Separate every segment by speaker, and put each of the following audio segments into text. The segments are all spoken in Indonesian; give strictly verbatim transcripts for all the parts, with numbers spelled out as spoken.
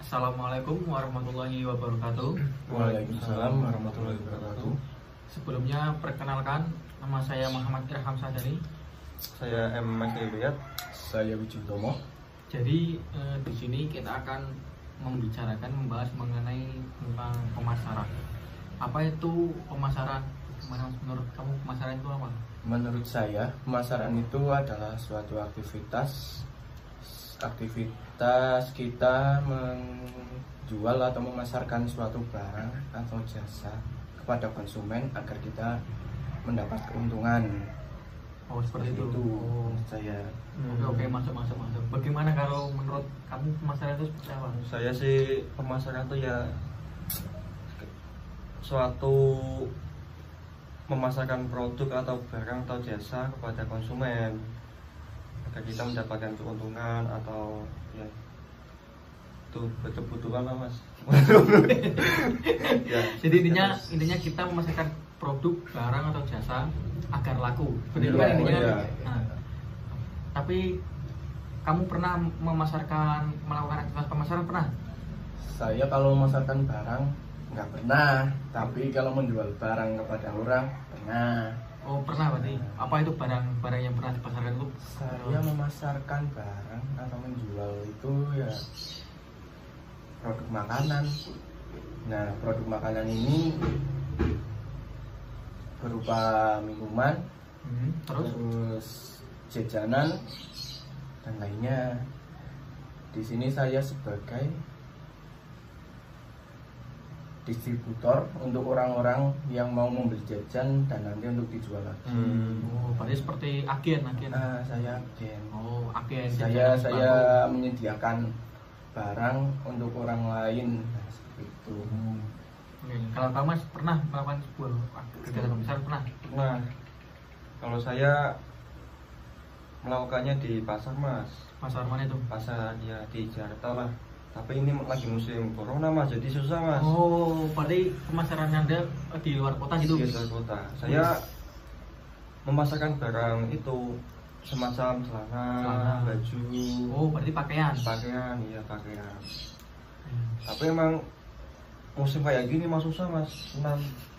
Speaker 1: Assalamualaikum warahmatullahi wabarakatuh.
Speaker 2: Waalaikumsalam warahmatullahi wabarakatuh.
Speaker 1: Sebelumnya perkenalkan, nama saya Muhammad Irham Sadari.
Speaker 2: Saya M. Maksudiyat. Saya Wijutomo.
Speaker 1: Jadi eh, di sini kita akan membicarakan membahas mengenai tentang pemasaran. Apa itu pemasaran? Gimana menurut kamu pemasaran itu apa?
Speaker 2: Menurut saya, pemasaran itu adalah suatu aktivitas aktivitas kita menjual atau memasarkan suatu barang atau jasa kepada konsumen agar kita mendapat keuntungan.
Speaker 1: Oh, seperti itu.
Speaker 2: itu
Speaker 1: Oh.
Speaker 2: Saya.
Speaker 1: Oke, oke, masuk, masuk, masuk. Bagaimana kalau menurut kamu pemasaran itu seperti apa?
Speaker 3: Saya sih pemasaran itu ya suatu memasarkan produk atau barang atau jasa kepada konsumen agar kita mendapatkan keuntungan atau ya itu kebutuhan lah mas.
Speaker 1: Ya, jadi intinya intinya kita memasarkan produk, barang atau jasa agar laku. Benar kan
Speaker 2: Ya,
Speaker 1: intinya?
Speaker 2: ya.
Speaker 1: Nah, tapi kamu pernah memasarkan melakukan aktivitas pemasaran pernah?
Speaker 2: Saya kalau memasarkan barang nggak pernah, tapi kalau menjual barang kepada orang pernah.
Speaker 1: Oh pernah berarti. Apa itu barang-barang yang pernah dipasarkan itu?
Speaker 2: Saya memasarkan barang atau menjual itu ya produk makanan. Nah, produk makanan ini berupa minuman,
Speaker 1: Hmm, terus?
Speaker 2: terus jajanan dan lainnya. Di sini saya sebagai distributor untuk orang-orang yang mau membeli jajan dan nanti untuk dijual lagi.
Speaker 3: Hmm.
Speaker 1: Oh, berarti seperti agen, agen.
Speaker 2: Nah, saya agen.
Speaker 1: Oh, agen.
Speaker 2: Saya
Speaker 1: jajanan
Speaker 2: saya
Speaker 1: sepatu.
Speaker 2: menyediakan barang untuk orang lain. Nah, seperti itu.
Speaker 1: Oke. Kalau kamu Mas, pernah melakukan sebuah kegiatan pemasaran pernah?
Speaker 3: Nah, kalau saya melakukannya di pasar mas,
Speaker 1: Pasar mana itu?
Speaker 3: pasar ya di Jakarta lah. Tapi ini lagi musim corona mas, jadi susah mas.
Speaker 1: Oh, berarti pemasaran Anda di luar kota gitu?
Speaker 3: Di luar kota. Saya memasarkan barang itu semacam celana,
Speaker 1: Celana.
Speaker 3: baju,
Speaker 1: Oh, berarti pakaian.
Speaker 3: pakaian, iya pakaian.
Speaker 1: Hmm.
Speaker 3: Tapi emang musim kayak gini mas susah mas, enam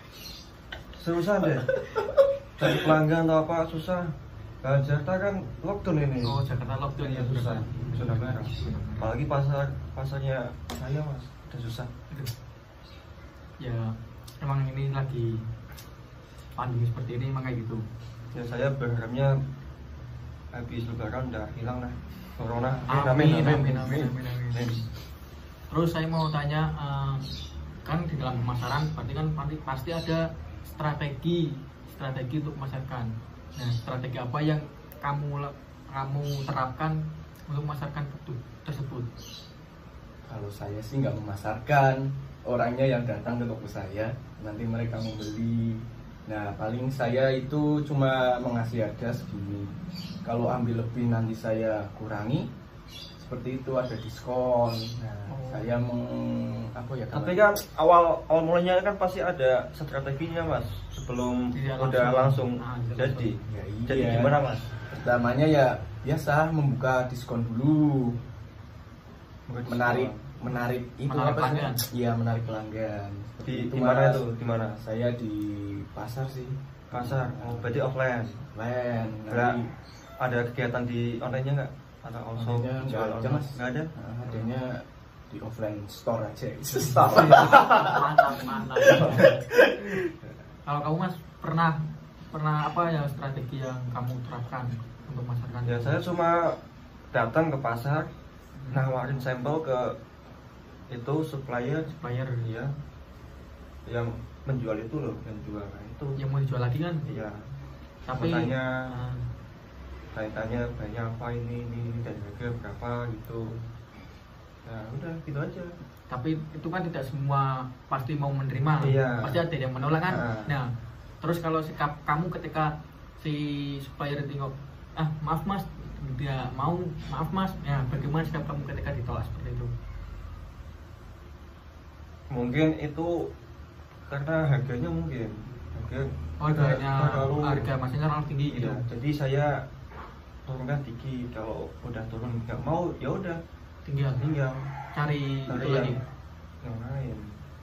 Speaker 3: susah deh. Cari pelanggan atau apa susah. Nah, Jakarta kan lockdown ini.
Speaker 1: Oh, Jakarta lockdown ya,
Speaker 3: susah,
Speaker 1: benar.
Speaker 3: zona merah. Apalagi pasar pasarnya saya mas, udah susah.
Speaker 1: Aduh. Ya, emang ini lagi pandemi seperti ini emang kayak gitu.
Speaker 3: Ya saya berharapnya habis lebaran udah hilang lah corona. Eh,
Speaker 1: Amin, amin, amin, amin, amin.
Speaker 3: Amin.
Speaker 1: Terus saya mau tanya, eh, kan di dalam pemasaran berarti kan pasti pasti ada strategi strategi untuk memasarkan. Nah, strategi apa yang kamu la- kamu terapkan untuk memasarkan produk tersebut?
Speaker 2: Kalau saya sih nggak memasarkan, orangnya yang datang ke toko saya, nanti mereka membeli. Nah, paling saya itu cuma mengasih harga segini. Kalau ambil lebih nanti saya kurangi. Seperti itu, ada diskon. Nah,
Speaker 1: Oh.
Speaker 2: saya meng apa ya?
Speaker 3: Tapi
Speaker 2: kalau-
Speaker 3: kan awal awal mulanya kan pasti ada strateginya mas sebelum
Speaker 1: Tidak
Speaker 3: udah
Speaker 1: langsung.
Speaker 3: langsung
Speaker 1: Ah, tidak
Speaker 3: jadi.
Speaker 2: Ya, iya.
Speaker 3: Jadi gimana mas?
Speaker 2: Pertamanya ya biasa membuka diskon dulu, menarik menarik itu
Speaker 1: Menarik
Speaker 2: apa sih?
Speaker 1: pelanggan.
Speaker 2: Iya, menarik pelanggan. Seperti
Speaker 3: Di
Speaker 2: itu,
Speaker 3: di mana
Speaker 2: Mas.
Speaker 3: itu? Di mana?
Speaker 2: Saya di pasar sih.
Speaker 3: Pasar. Oh, berarti offline.
Speaker 2: Lain.
Speaker 3: Nggak ada kegiatan di online-nya nggak? Atau also
Speaker 2: Online-nya
Speaker 3: jual
Speaker 2: nggak ada,
Speaker 3: online?
Speaker 2: Mas.
Speaker 3: Nggak ada.
Speaker 2: Nah, adanya di offline store aja. Store.
Speaker 1: Mantap, mantap. Kalau kamu Mas pernah pernah apa ya strategi yang kamu terapkan untuk memasarkan?
Speaker 3: Ya saya cuma datang ke pasar, nawarin sampel ke itu supplier,
Speaker 1: supplier
Speaker 3: ya, yang menjual itu loh, yang jual nah, itu.
Speaker 1: yang mau dijual lagi kan?
Speaker 3: Iya.
Speaker 1: Tapi
Speaker 3: Tanya,
Speaker 1: ah,
Speaker 3: tanya banyak apa ini, ini ini dan harga berapa gitu. Ya udah gitu aja.
Speaker 1: tapi itu kan tidak semua pasti mau menerima,
Speaker 3: Iya.
Speaker 1: pasti ada yang menolak kan.
Speaker 3: Ah.
Speaker 1: Nah, terus kalau sikap kamu ketika si supplier tengok, ah maaf mas, dia mau, maaf mas, ya bagaimana sikap kamu ketika ditolak seperti itu?
Speaker 3: Mungkin itu karena harganya mungkin harga
Speaker 1: Oh, harganya
Speaker 3: terlalu
Speaker 1: harga masnya terlalu tinggi gitu.
Speaker 3: iya, jadi saya turunkan tinggi. Kalau udah turun nggak mau ya udah
Speaker 1: tinggal
Speaker 3: tinggal
Speaker 1: cari
Speaker 3: cari
Speaker 1: itu lagi.
Speaker 3: yang yang lain.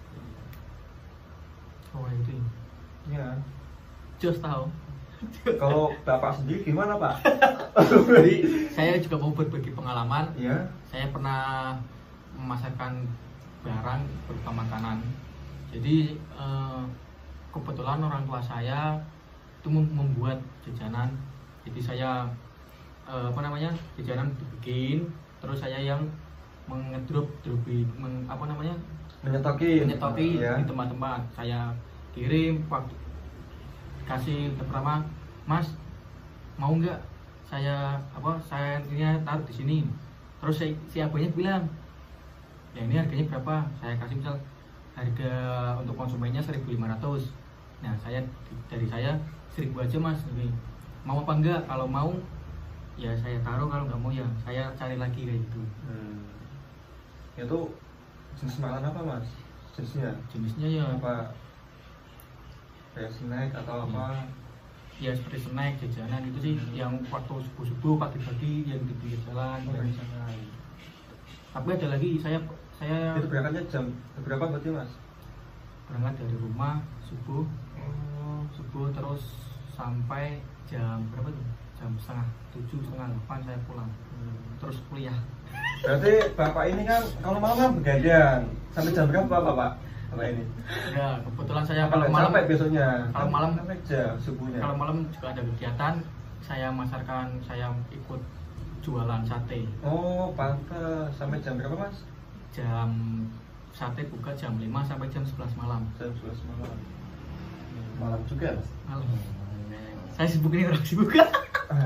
Speaker 1: Oh itu
Speaker 3: Ya.
Speaker 1: just tahu.
Speaker 3: Kalau bapak sendiri gimana pak?
Speaker 1: Jadi saya juga mau berbagi pengalaman.
Speaker 3: Ya.
Speaker 1: Saya pernah memasarkan barang berupa makanan. Jadi eh, kebetulan orang tua saya itu mem- membuat jajanan. Jadi saya eh, apa namanya jajanan dibikin, terus saya yang mengedrop dropi meng, apa namanya
Speaker 3: Menyetokin.
Speaker 1: menyetoki
Speaker 3: Ya.
Speaker 1: di tempat-tempat. Saya kirim waktu kasih pertama, Mas mau nggak saya apa saya ini taruh di sini. Terus si, si abangnya bilang, ya ini harganya berapa? Saya kasih misal harga untuk konsumennya seribu lima ratus. Nah saya dari saya seribu aja mas, ini mau apa enggak? Kalau mau ya saya taruh, kalau nggak mau ya saya cari lagi kayak gitu.
Speaker 3: Hmm. Itu jenis makanan apa mas? Jenisnya?
Speaker 1: Jenisnya ya
Speaker 3: Apa? Kayak snack atau apa?
Speaker 1: ya seperti snack, jajanan itu sih yang waktu subuh-subuh pagi-pagi yang di pinggir jalan.
Speaker 3: Oh,
Speaker 1: Ya.
Speaker 3: jangan.
Speaker 1: Tapi ada lagi saya saya
Speaker 3: Itu berangkatnya jam berapa berarti mas?
Speaker 1: berangkat dari rumah subuh
Speaker 3: Oh.
Speaker 1: subuh terus sampai jam berapa tuh? Jam setengah tujuh setengah delapan saya pulang.
Speaker 3: Hmm.
Speaker 1: Terus kuliah.
Speaker 3: Berarti bapak ini kan kalau malam kan begadang sampai jam berapa bapak? Bapak ini?
Speaker 1: Ya kebetulan saya kalau
Speaker 3: Kalau
Speaker 1: malam
Speaker 3: sampai besoknya.
Speaker 1: kalau malam
Speaker 3: sampai jam subuhnya.
Speaker 1: kalau malam juga ada kegiatan, saya masarkan, saya ikut jualan sate.
Speaker 3: Oh pantas sampai jam berapa mas?
Speaker 1: Jam sate buka jam lima sampai jam sebelas malam.
Speaker 3: Jam sebelas malam.
Speaker 2: Malam juga mas.
Speaker 1: Malam. Saya sibuk ini orang sibuk. Ya,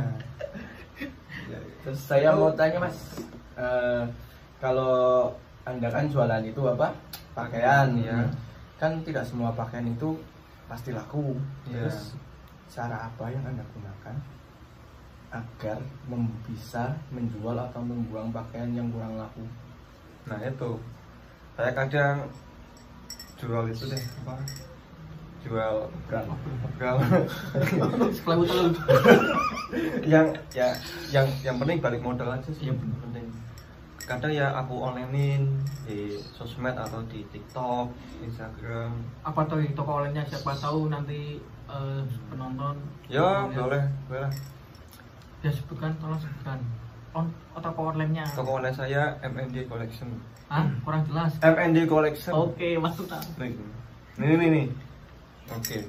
Speaker 3: Ya,
Speaker 2: Terus saya mau tanya mas, eh, kalau anda kan jualan itu apa? Pakaian
Speaker 3: Ya.
Speaker 2: Kan tidak semua pakaian itu pasti laku.
Speaker 3: Ya.
Speaker 2: Terus cara apa yang anda gunakan agar mem- bisa menjual atau membuang pakaian yang kurang laku?
Speaker 3: Nah itu saya kadang jual itu deh apa? Jual
Speaker 2: Berapa?
Speaker 3: jual
Speaker 1: setelah itu
Speaker 3: yang ya yang yang penting balik modal aja sih.
Speaker 1: Iya, benar.
Speaker 3: Penting. Kadang ya aku onlinein di sosmed atau di TikTok, Instagram.
Speaker 1: apa tuh yang toko online-nya, siapa tahu nanti eh, penonton
Speaker 3: Ya
Speaker 1: penontonnya-
Speaker 3: boleh, boleh.
Speaker 1: ya sebutkan, tolong sebutkan on oh, toko online-nya.
Speaker 3: Toko online saya M N D Collection.
Speaker 1: Hah? Kurang jelas.
Speaker 3: M N D Collection.
Speaker 1: Oke, masuk tak?
Speaker 3: Nih, nih, nih, nih. Oke.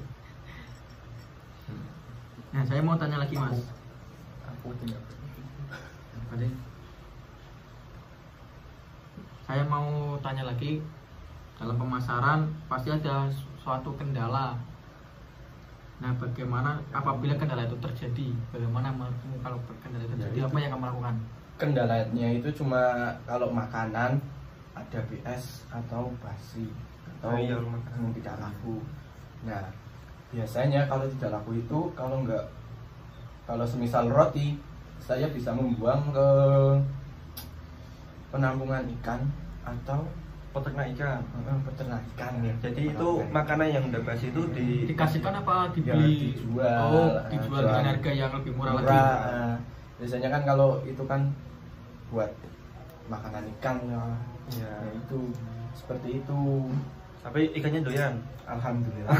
Speaker 1: Nah, saya mau tanya lagi, Mas.
Speaker 2: Aku tidak.
Speaker 1: Tadi saya mau tanya lagi, dalam pemasaran pasti ada suatu kendala. Nah, bagaimana apabila kendala itu terjadi? Bagaimana menurutmu kalau kendala itu terjadi?
Speaker 2: Ya,
Speaker 1: Apa yang kamu lakukan?
Speaker 2: Kendalanya itu cuma kalau makanan ada B S atau basi atau
Speaker 3: Oh iya, makanan.
Speaker 2: yang tidak laku. Nah, biasanya kalau tidak laku itu kalau enggak, kalau semisal roti, saya bisa membuang ke penampungan ikan atau
Speaker 3: Peternak ikan.
Speaker 2: eh, peternak ikan ya.
Speaker 3: Jadi itu makanan yang udah basi itu di
Speaker 1: Dikasihkan apa
Speaker 2: Ya,
Speaker 1: dibeli?
Speaker 2: dijual,
Speaker 1: Oh,
Speaker 2: eh,
Speaker 1: dijual
Speaker 2: jual.
Speaker 1: dengan harga yang lebih murah,
Speaker 2: murah.
Speaker 1: lagi.
Speaker 2: eh. Biasanya kan kalau itu kan buat makanan ikan ya.
Speaker 3: ya.
Speaker 2: Ya, itu seperti itu.
Speaker 3: Tapi ikannya doyan.
Speaker 2: Alhamdulillah.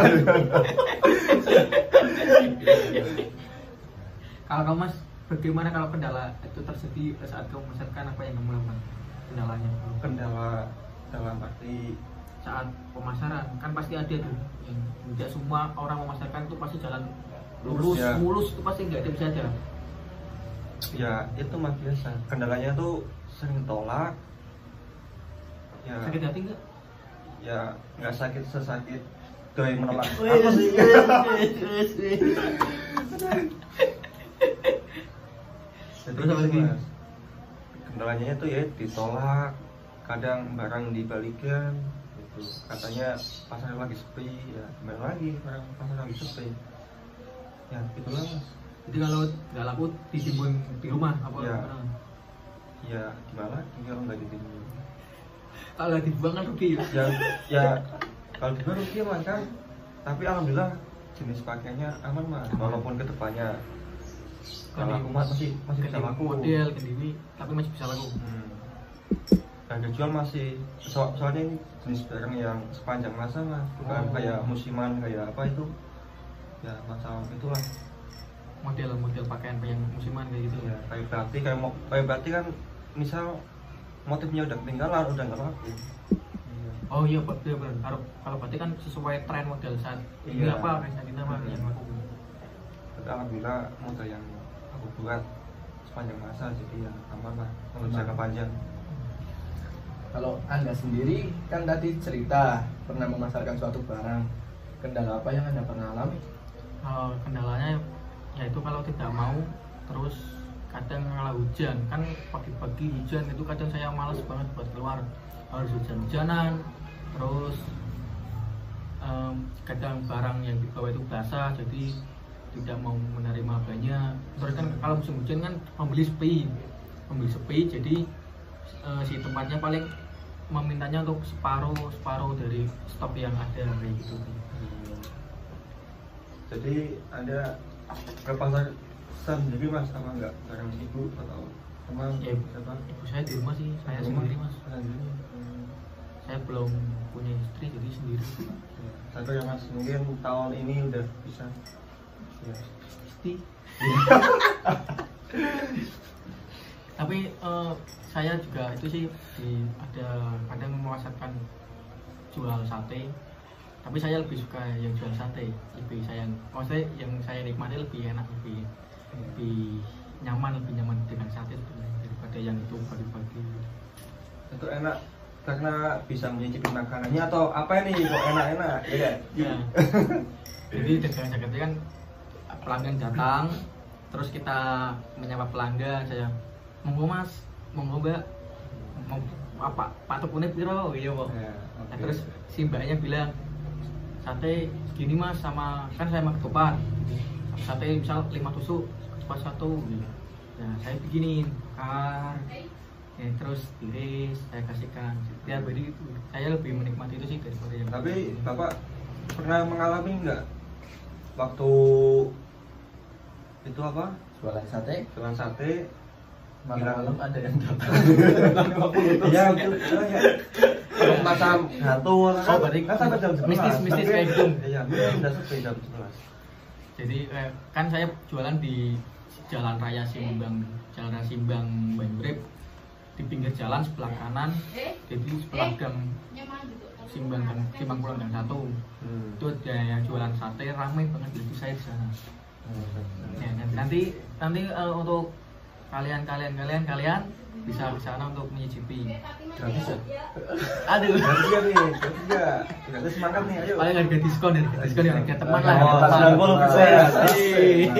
Speaker 1: Kalau kamu Mas, bagaimana kalau kendala itu terjadi saat kamu memasarkan, apa yang kamu lakukan? Kendalanya
Speaker 3: Kendala dalam arti
Speaker 1: saat pemasaran kan pasti ada tuh yang tidak semua orang memasarkan itu pasti jalan lurus,
Speaker 3: Ya.
Speaker 1: mulus, itu pasti nggak ada bisa ada.
Speaker 3: ya itu mah biasa. Kendalanya tuh sering tolak. Ya,
Speaker 1: Sakit hati nggak?
Speaker 3: ya nggak sakit sesakit doi menolak.
Speaker 1: Wih,
Speaker 3: Apa sih?
Speaker 1: wih, wih, wih.
Speaker 3: Jadi
Speaker 1: Terus apa
Speaker 3: gitu,
Speaker 1: lagi?
Speaker 3: Mas. Kendalanya itu ya ditolak, kadang barang dibalikan gitu. Katanya pasar lagi sepi, ya kembali lagi barang pasar lagi sepi. Ya itulah mas.
Speaker 1: Jadi kalau nggak laku ditimbun di rumah apa?
Speaker 3: Ya.
Speaker 1: gimana?
Speaker 3: Ya gimana lagi kalau nggak ditimbun.
Speaker 1: Kalau nggak dibuang kan rugi.
Speaker 3: Ya ya kalau dibuang rugi mas kan. Tapi alhamdulillah jenis pakaiannya aman mas. Walaupun kedepannya kalau aku mas masih masih bisa
Speaker 1: Ganti
Speaker 3: laku.
Speaker 1: model, ganti ini, tapi masih bisa laku.
Speaker 3: Hmm. harga jual masih so soalnya ini jenis barang yang sepanjang masa mas, bukan
Speaker 1: Oh.
Speaker 3: kayak musiman kayak apa itu ya macam itulah
Speaker 1: Model-model pakaian yang musiman kayak gitu
Speaker 3: ya. Kayak batik kayak mau kayak batik kan misal motifnya udah ketinggalan udah nggak laku. Iya.
Speaker 1: Oh iya betul betul. Kalau kalau berarti kan sesuai tren model saat ini
Speaker 3: Iya.
Speaker 1: apa kayak saat ini apa
Speaker 3: Hmm.
Speaker 1: yang aku.
Speaker 3: Tapi alhamdulillah model yang aku buat sepanjang masa jadi ya aman lah untuk jangka panjang.
Speaker 2: Kalau Anda sendiri kan tadi cerita pernah memasarkan suatu barang, kendala apa yang Anda pernah alami?
Speaker 1: Uh, kendalanya yaitu kalau tidak mau terus kadang malah hujan kan pagi-pagi hujan itu kadang saya malas banget buat keluar harus hujan-hujanan terus um, kadang barang yang dibawa itu basah jadi tidak mau menerima banyak terus kan kalau musim hujan kan pembeli sepi pembeli sepi jadi uh, si tempatnya paling memintanya untuk separuh separuh dari stok yang ada kayak gitu.
Speaker 3: Jadi Anda ke pasar sendiri mas apa enggak bareng ibu atau teman
Speaker 1: Ya,
Speaker 3: siapa?
Speaker 1: ibu saya di rumah sih, saya
Speaker 3: Di rumah?
Speaker 1: sendiri mas.
Speaker 3: Sendiri. Hmm.
Speaker 1: Saya belum punya istri jadi sendiri.
Speaker 3: Satu ya mas, mungkin tahun ini udah bisa. Ya.
Speaker 1: Istri. Tapi eh, saya juga itu sih di, ada kadang memasarkan jual sate. Tapi saya lebih suka yang jual sate. Lebih saya, maksudnya yang saya nikmati lebih enak, lebih lebih nyaman, lebih nyaman dengan sate sebenarnya daripada yang itu pagi-pagi.
Speaker 3: Itu enak karena bisa menyicipi makanannya atau apa ini kok enak-enak ya kan?
Speaker 1: Ya. Jadi dagang Jakarta kan pelanggan datang, terus kita menyapa pelanggan, saya monggo mas, monggo mbak, mau apa patok kuning piro, iya kok.
Speaker 3: Ya,
Speaker 1: Nah,
Speaker 3: oke.
Speaker 1: terus si mbaknya bilang sate segini mas sama kan saya mau ketupat, sate misal lima tusuk ketupat satu, nah saya bikinin bakar, ya, terus tiris saya kasihkan. Ya jadi saya lebih menikmati itu sih daripada yang.
Speaker 3: Tapi bapak pernah mengalami nggak waktu itu apa
Speaker 2: Jualan sate,
Speaker 3: jualan sate
Speaker 2: malam-malam ada yang datang.
Speaker 3: iya itu ya macam satu
Speaker 1: Oh, berarti
Speaker 3: kan sampai jam sebelas
Speaker 1: mistis-mistis
Speaker 3: Tapi-
Speaker 1: kayak gitu.
Speaker 3: iya mungkin udah sepi jam sebelas
Speaker 1: Jadi eh, kan saya jualan di Jalan Raya Simbang, Jalan Raya Simbang Bandrep, di pinggir jalan sebelah kanan, jadi sebelah gang Simbang Gang Simbang Kulon Gang satu.
Speaker 3: hmm.
Speaker 1: Itu ada yang jualan sate ramai banget, jadi saya di sana. Ya, dan nanti nanti eh, untuk kalian kalian kalian kalian bisa ke sana untuk menyicipi.
Speaker 3: gratis ya
Speaker 1: Aduh,
Speaker 3: gratis ya nih gratis ya gratis semangat nih ayo
Speaker 1: paling harga diskon ya, diskon ya harga teman lah.
Speaker 3: Oh,
Speaker 1: harga
Speaker 3: sembilan puluh persen.
Speaker 1: teman.
Speaker 2: Asik.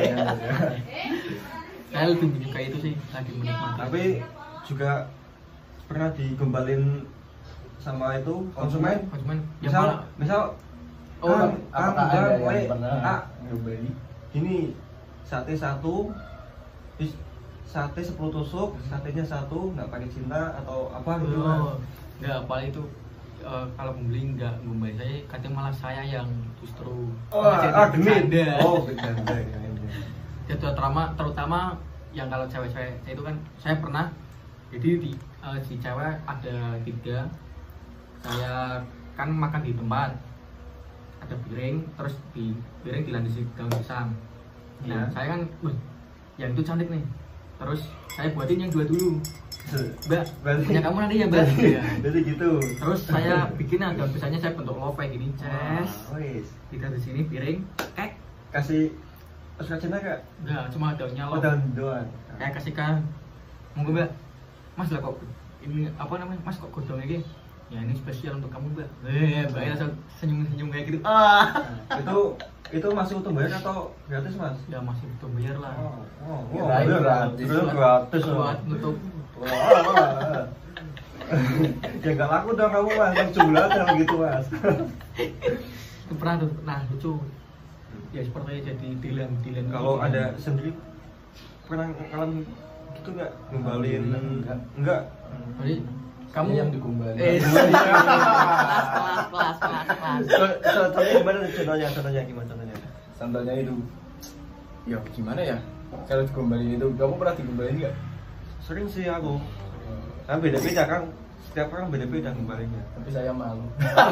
Speaker 1: Saya lebih menyukai itu sih, lagi menikmati.
Speaker 3: tapi juga pernah digombalin sama itu konsumen
Speaker 1: konsumen yang
Speaker 3: misal
Speaker 1: mana?
Speaker 3: misal
Speaker 1: Oh,
Speaker 3: Kang, Kang,
Speaker 2: Apakah
Speaker 3: Kang,
Speaker 2: ada
Speaker 3: woi,
Speaker 2: yang pernah
Speaker 3: Kak,
Speaker 2: nyobain?
Speaker 3: gini sate satu bis- sate sepuluh tusuk satenya satu nggak pakai cinta atau apa gitu kan
Speaker 1: Oh, enggak, paling itu eh, kalau pembeli enggak ngombalin saya, kadang malah saya yang justru
Speaker 3: oh
Speaker 1: jadi
Speaker 3: ah genit
Speaker 1: bercanda.
Speaker 3: oh bercanda ya, ya.
Speaker 1: Jadi terutama terutama yang kalau cewek-cewek saya itu kan saya pernah jadi di eh, di cewek ada tiga, saya kan makan di tempat ada piring, terus di piring dilandasi daun pisang. Nah
Speaker 3: Iya.
Speaker 1: saya kan, wih, yang itu cantik nih, terus saya buatin yang dua dulu, mbak,
Speaker 3: Berarti-
Speaker 1: punya kamu nanti ya mbak. Iya.
Speaker 3: jadi gitu
Speaker 1: Terus saya bikin daun pisangnya saya bentuk lope gini,
Speaker 3: Wah,
Speaker 1: ces,
Speaker 3: wis.
Speaker 1: kita di sini piring, kek,
Speaker 3: kasih suka cinta gak
Speaker 1: enggak cuma daunnya
Speaker 3: oh
Speaker 1: lope.
Speaker 3: daun doang
Speaker 1: Saya kasihkan, monggo mbak, mas lah kok ini apa namanya, mas kok godong ini, ya ini spesial untuk kamu mbak. Eh, mbak langsung senyum-senyum kayak gitu. Ah,
Speaker 3: Nah, itu itu masih utuh bayar atau gratis mas
Speaker 1: ya masih butuh bayar lah.
Speaker 3: oh oh
Speaker 2: Kirain
Speaker 3: oh,
Speaker 2: gratis.
Speaker 3: gratis gratis loh.
Speaker 1: Buat nutup.
Speaker 3: Wah, wah. Ya nggak laku dong kamu mas, kan jumlah kalau gitu mas.
Speaker 1: Itu pernah tuh, nah lucu. Ya seperti jadi dilan-dilan.
Speaker 3: Kalau ada sendiri pernah ngalamin gitu nggak ngembaliin
Speaker 2: Enggak.
Speaker 3: enggak
Speaker 1: Jadi kamu
Speaker 2: Saya yang digombalin.
Speaker 1: Eh, kelas kelas kelas kelas kelas.
Speaker 3: contohnya gimana contohnya contohnya gimana contohnya
Speaker 2: Contohnya itu, ya gimana ya? Kalau digombalin itu, kamu pernah digombalin nggak?
Speaker 3: sering sih aku Nah beda-beda kan, setiap orang beda-beda kembalinya.
Speaker 2: Tapi saya malu.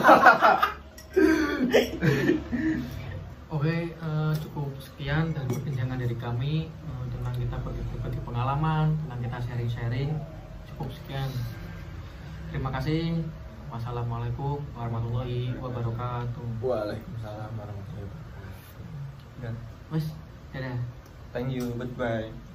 Speaker 1: Oke, eh, cukup sekian dari perbincangan dari kami eh, tentang kita berbagi pengalaman, tentang kita sharing-sharing. Cukup sekian. Terima kasih. Wassalamualaikum warahmatullahi wabarakatuh.
Speaker 2: Waalaikumsalam warahmatullahi wabarakatuh.
Speaker 3: Ya.
Speaker 1: Wes, dadah.
Speaker 3: Thank you, goodbye.